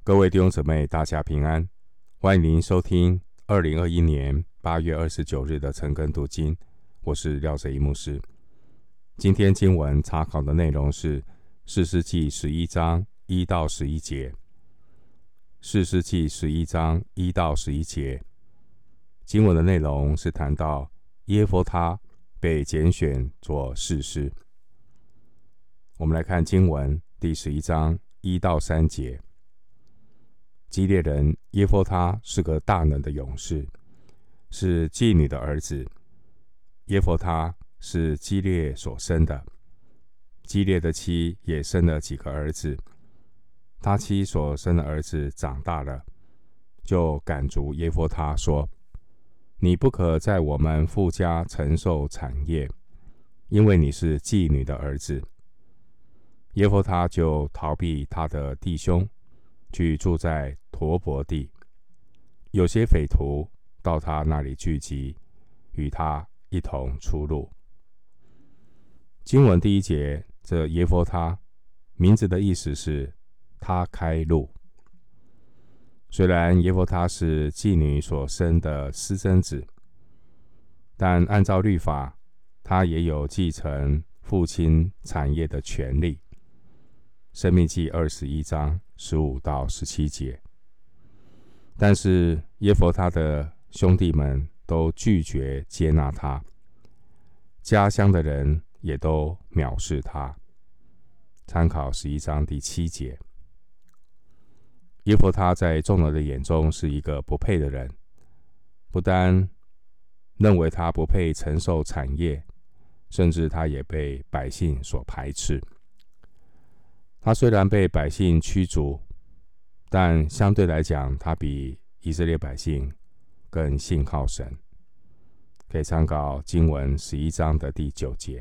各位弟兄姊妹，大家平安，欢迎您收听2021年8月29日的晨更读经，我是廖哲一牧师。今天经文查考的内容是士师记11章1到11节。士师记11章1到11节，经文的内容是谈到耶弗他被拣选做士师。我们来看经文第11章1到3节。基列人耶弗他是个大能的勇士，是妓女的儿子。耶弗他是基列所生的，基列的妻也生了几个儿子。他妻所生的儿子长大了，就赶逐耶弗他说：你不可在我们父家承受产业，因为你是妓女的儿子。耶弗他就逃避他的弟兄，去住在陀伯地。有些匪徒到他那里聚集，与他一同出入。经文第1节，这耶弗他名字的意思是他开路。虽然耶弗他是妓女所生的私生子，但按照律法，他也有继承父亲产业的权利。申命记21章15到17节。但是耶弗他的兄弟们都拒绝接纳他，家乡的人也都藐视他。参考11章第7节。耶弗他在众人的眼中是一个不配的人，不单认为他不配承受产业，甚至他也被百姓所排斥。他虽然被百姓驱逐，但相对来讲，他比以色列百姓更信靠神。可以参考经文11章的第9节。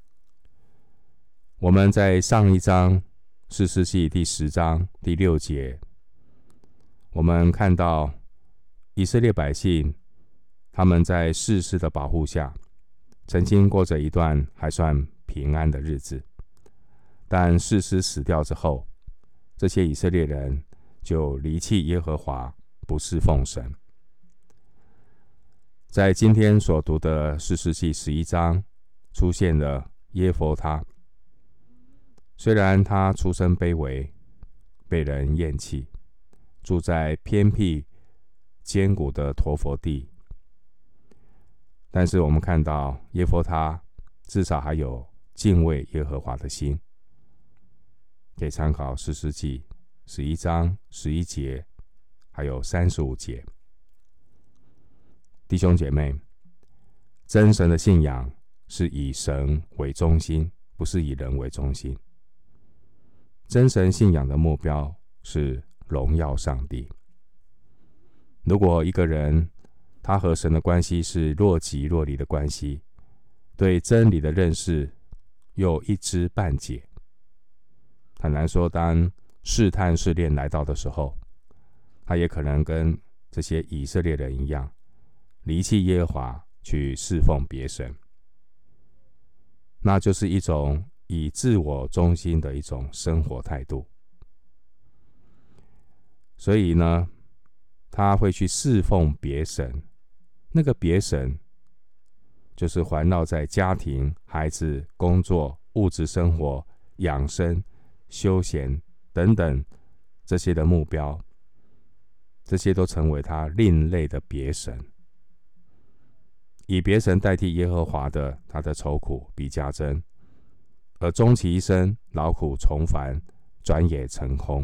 我们在上一章士师记第10章第6节，我们看到以色列百姓他们在士师的保护下，曾经过着一段还算平安的日子。但士师死掉之后，这些以色列人就离弃耶和华，不侍奉神。在今天所读的士师记11章，出现了耶弗他。虽然他出身卑微，被人厌弃，住在偏僻艰苦的陀佛地，但是我们看到耶弗他至少还有敬畏耶和华的心。可以参考士师记11章11节，还有35节。弟兄姐妹，真神的信仰是以神为中心，不是以人为中心。真神信仰的目标是荣耀上帝。如果一个人他和神的关系是若即若离的关系，对真理的认识又一知半解，很难说当试探试炼来到的时候，他也可能跟这些以色列人一样，离弃耶和华去侍奉别神。那就是一种以自我中心的一种生活态度。所以呢，他会去侍奉别神。那个别神就是环绕在家庭、孩子、工作、物质生活、养生、休闲等等这些的目标，这些都成为他另类的别神。以别神代替耶和华的，他的愁苦必加增，而终其一生劳苦重繁，转也成空。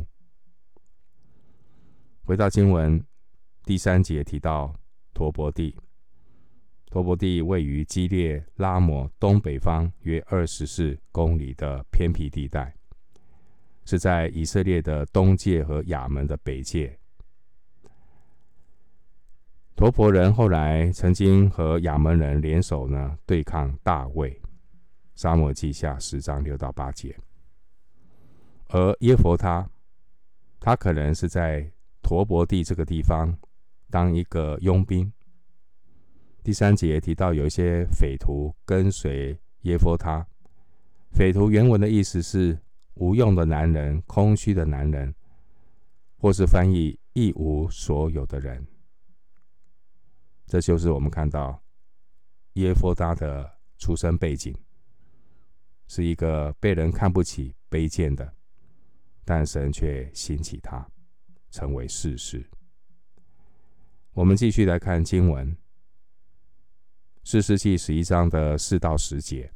回到经文第3节提到陀伯地，陀伯地位于基列拉摩东北方约24公里的偏僻地带，是在以色列的东界和亚门的北界。陀伯人后来曾经和亚门人联手对抗大卫，撒母耳记下10章6到8节。而耶弗他可能是在陀伯地这个地方当一个佣兵。第3节提到有一些匪徒跟随耶弗他，匪徒原文的意思是无用的男人、空虚的男人， 或是翻译一无所有的人。这就是我们看到耶弗他的出生背景，是一个被人看不起、卑贱的，但神却兴起他，成为士师。我们继续来看经文，士师记11章的4到10节。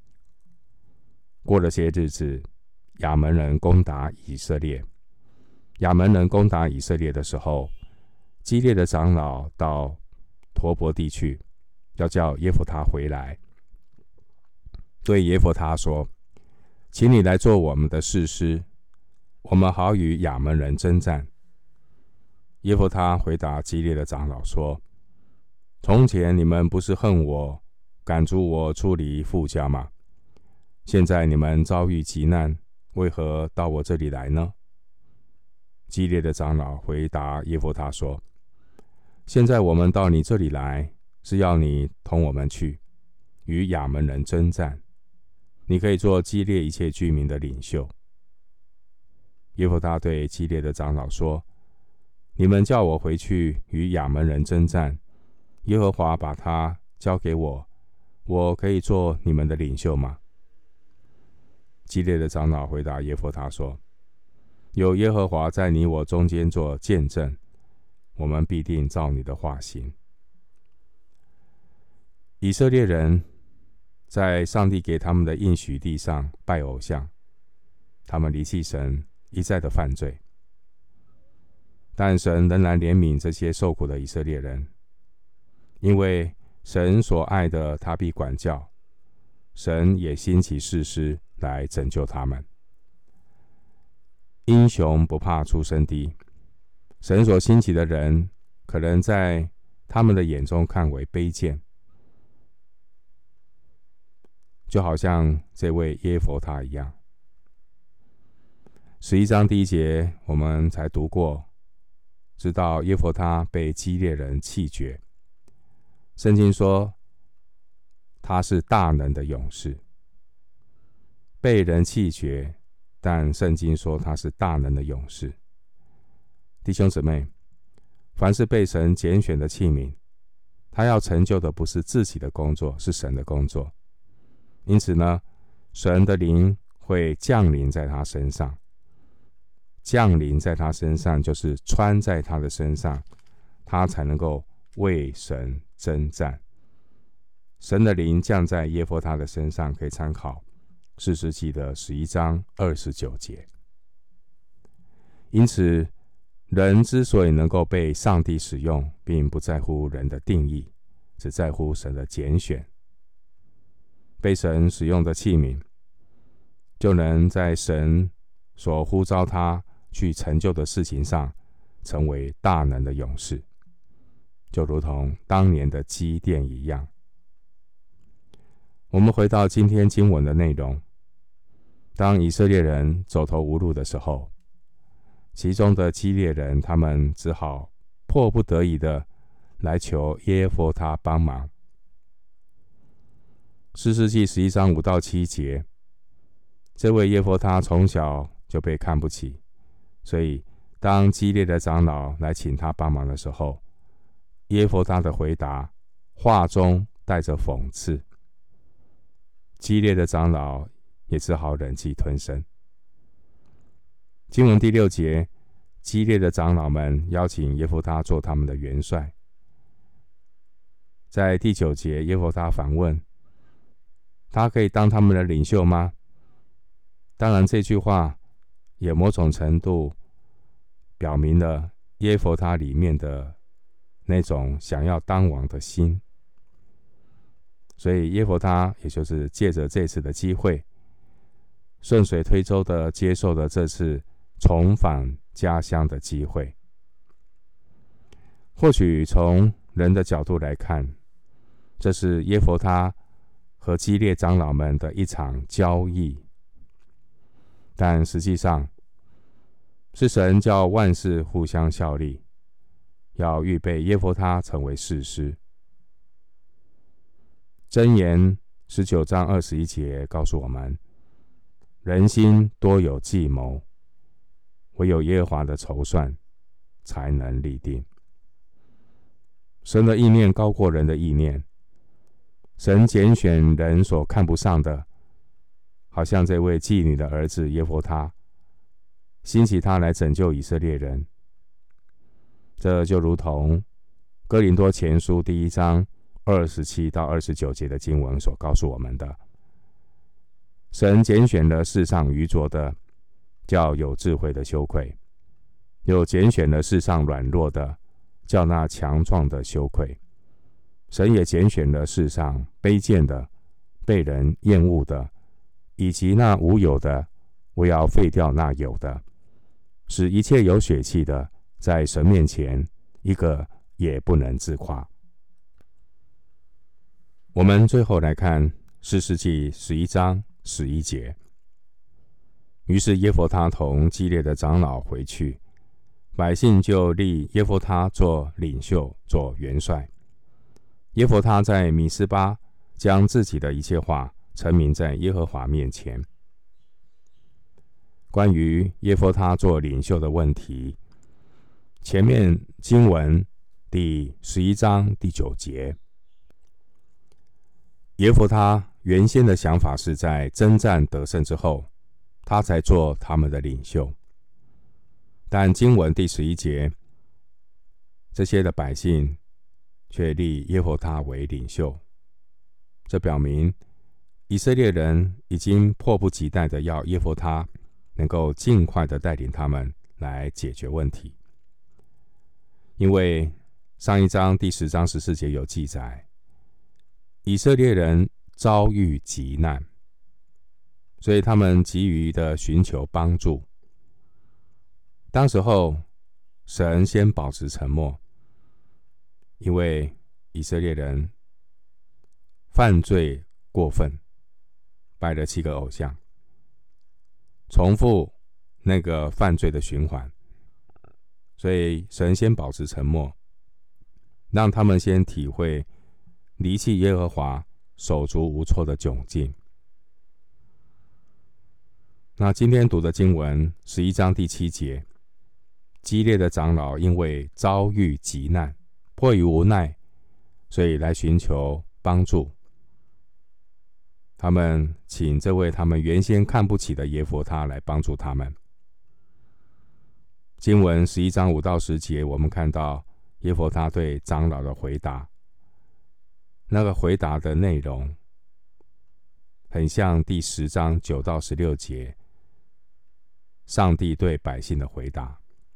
过了些日子，亚扪人攻打以色列。亚扪人攻打以色列的时候，基列的长老到陀伯地去，要叫耶弗他回来，对耶弗他说：“请你来做我们的士师，我们好与亚扪人征战。”耶弗他回答基列的长老说：“从前你们不是恨我，赶逐我出离父家吗？现在你们遭遇急难，为何到我这里来呢？”基列的长老回答耶弗他说：“现在我们到你这里来，是要你同我们去，与亚扪人征战。你可以做基列一切居民的领袖。”耶弗他对基列的长老说：“你们叫我回去与亚扪人征战，耶和华把他交给我，我可以做你们的领袖吗？”基列的长老回答耶弗他说：“有耶和华在你我中间做见证，我们必定照你的话行。”以色列人在上帝给他们的应许地上拜偶像，他们离弃神，一再的犯罪。但神仍然怜悯这些受苦的以色列人，因为神所爱的他必管教，神也兴起士师来拯救他们。英雄不怕出身低，神所兴起的人，可能在他们的眼中看为卑贱，就好像这位耶弗他一样。11章第1节我们才读过，知道耶弗他被基列人弃绝。圣经说他是大能的勇士，被人弃绝，但圣经说他是大能的勇士。弟兄姊妹，凡是被神拣选的器皿，他要成就的不是自己的工作，是神的工作。因此呢，神的灵会降临在他身上，降临在他身上就是穿在他的身上，他才能够为神征战。神的灵降在耶弗他的身上，可以参考士师记的11章29节。因此，人之所以能够被上帝使用，并不在乎人的定义，只在乎神的拣选。被神使用的器皿，就能在神所呼召他去成就的事情上，成为大能的勇士，就如同当年的基甸一样。我们回到今天经文的内容，当以色列人走投无路的时候，其中的基列人，他们只好迫不得已的来求耶弗他帮忙。士师记11章5到7节，这位耶弗他从小就被看不起，所以当基列的长老来请他帮忙的时候，耶弗他的回答话中带着讽刺，基列的长老也只好忍气吞声。经文第6节，基列的长老们邀请耶弗他做他们的元帅。在第9节，耶弗他反问，他可以当他们的领袖吗？当然，这句话也某种程度表明了耶弗他里面的那种想要当王的心。所以耶弗他也就是借着这次的机会，顺水推舟的接受了这次重返家乡的机会。或许从人的角度来看，这是耶弗他和基列长老们的一场交易，但实际上是神叫万事互相效力，要预备耶弗他成为士师。箴言19章21节告诉我们，人心多有计谋， 唯有耶和华的筹算才能立定。神的意念高过人的意念，神拣选人所看不上的，好像这位妓女的儿子耶弗他，兴起他来拯救以色列人。这就如同哥林多前书第1章27到29节的经文所告诉我们的：神拣选了世上愚拙的，叫有智慧的羞愧；又拣选了世上软弱的，叫那强壮的羞愧。神也拣选了世上卑贱的、被人厌恶的，以及那无有的，我要废掉那有的，使一切有血气的，在神面前一个也不能自夸。我们最后来看士师记11章11节。于是耶弗他同基列的长老回去，百姓就立耶弗他做领袖，做元帅。耶弗他在米斯巴将自己的一切话陈明在耶和华面前。关于耶弗他做领袖的问题，前面经文第11章第9节，耶弗他原先的想法是在征战得胜之后，他才做他们的领袖。但经文第11节，这些的百姓却立耶弗他为领袖，这表明以色列人已经迫不及待的要耶弗他能够尽快的带领他们来解决问题。因为上一章第10章14节有记载，以色列人遭遇急难，所以他们急于的寻求帮助。当时候神先保持沉默，因为以色列人犯罪过分，拜了7个偶像，重复那个犯罪的循环，所以神先保持沉默，让他们先体会离弃耶和华手足无措的窘境。那今天读的经文11章第7节，基列的长老因为遭遇急难，迫于无奈，所以来寻求帮助。他们请这位他们原先看不起的耶弗他来帮助他们。经文11章5到10节，我们看到耶弗他对长老的回答，那个回答的内容很像第10章9到16节上帝对百姓的回答。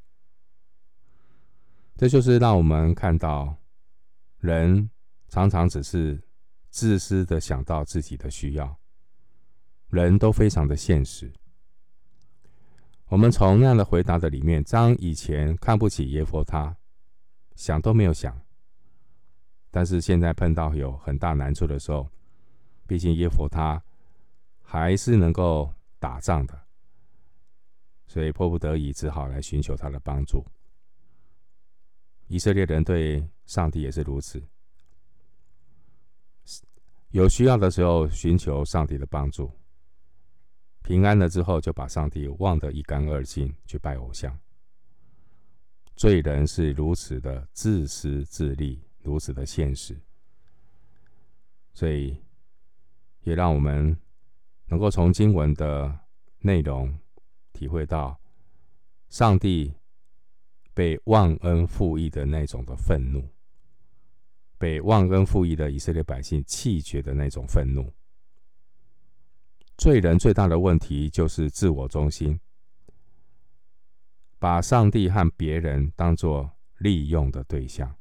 这就是让我们看到人常常只是自私的想到自己的需要，人都非常的现实。我们从那样的回答的里面，将以前看不起耶弗他想都没有想，但是现在碰到有很大难处的时候，毕竟耶弗他还是能够打仗的，所以迫不得已只好来寻求他的帮助。以色列人对上帝也是如此，有需要的时候寻求上帝的帮助，平安了之后就把上帝忘得一干二净，去拜偶像。罪人是如此的自私自利，如此的现实，所以也让我们能够从经文的内容体会到上帝被忘恩负义的那种的愤怒，被忘恩负义的以色列百姓气绝的那种愤怒。罪人最大的问题就是自我中心，把上帝和别人当作利用的对象。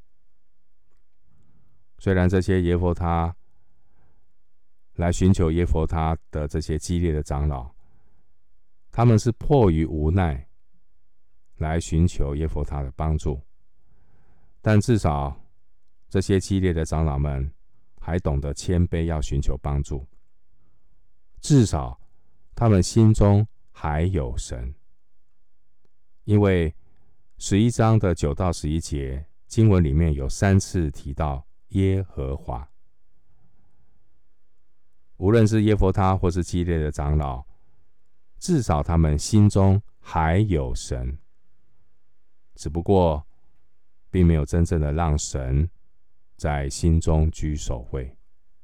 虽然这些耶弗他来寻求耶弗他的这些激烈的长老，他们是迫于无奈来寻求耶弗他的帮助，但至少这些激烈的长老们还懂得谦卑，要寻求帮助。至少他们心中还有神，因为11章的9到11节经文里面有3次提到耶和华。无论是耶弗他或是基列的长老，至少他们心中还有神，只不过并没有真正的让神在心中居首位。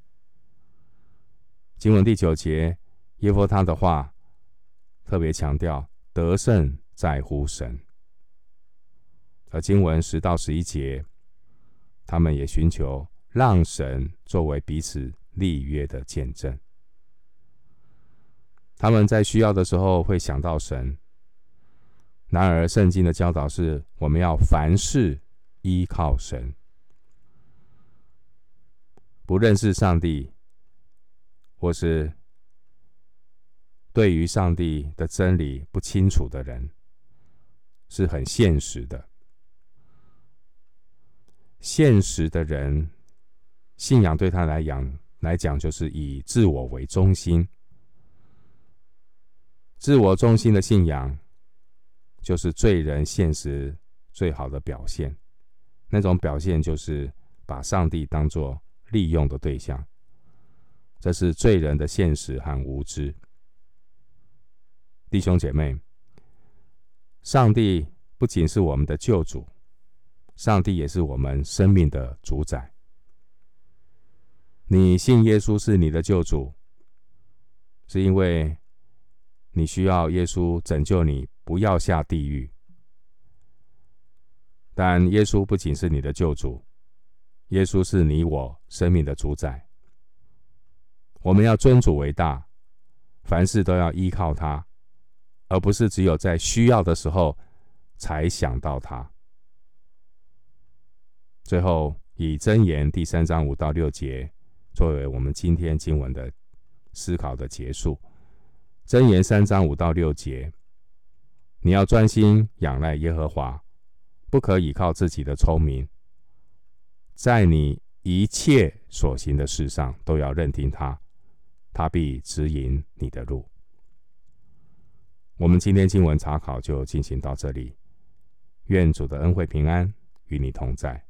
经文第9节，耶弗他的话特别强调得胜在乎神。而经文10到11节，他们也寻求让神作为彼此立约的见证。他们在需要的时候会想到神，然而圣经的教导是我们要凡事依靠神。不认识上帝，或是对于上帝的真理不清楚的人，是很现实的。现实的人，信仰对他来讲就是以自我为中心。自我中心的信仰就是罪人现实最好的表现，那种表现就是把上帝当作利用的对象，这是罪人的现实和无知。弟兄姐妹，上帝不仅是我们的救主，上帝也是我们生命的主宰。你信耶稣是你的救主，是因为你需要耶稣拯救你，不要下地狱。但耶稣不仅是你的救主，耶稣是你我生命的主宰。我们要尊主为大，凡事都要依靠他，而不是只有在需要的时候才想到他。最后，以箴言第3章5到6节作为我们今天经文的思考的结束。箴言3章5到6节，你要专心仰赖耶和华，不可倚靠自己的聪明，在你一切所行的事上都要认定他，他必指引你的路。我们今天经文查考就进行到这里，愿主的恩惠平安与你同在。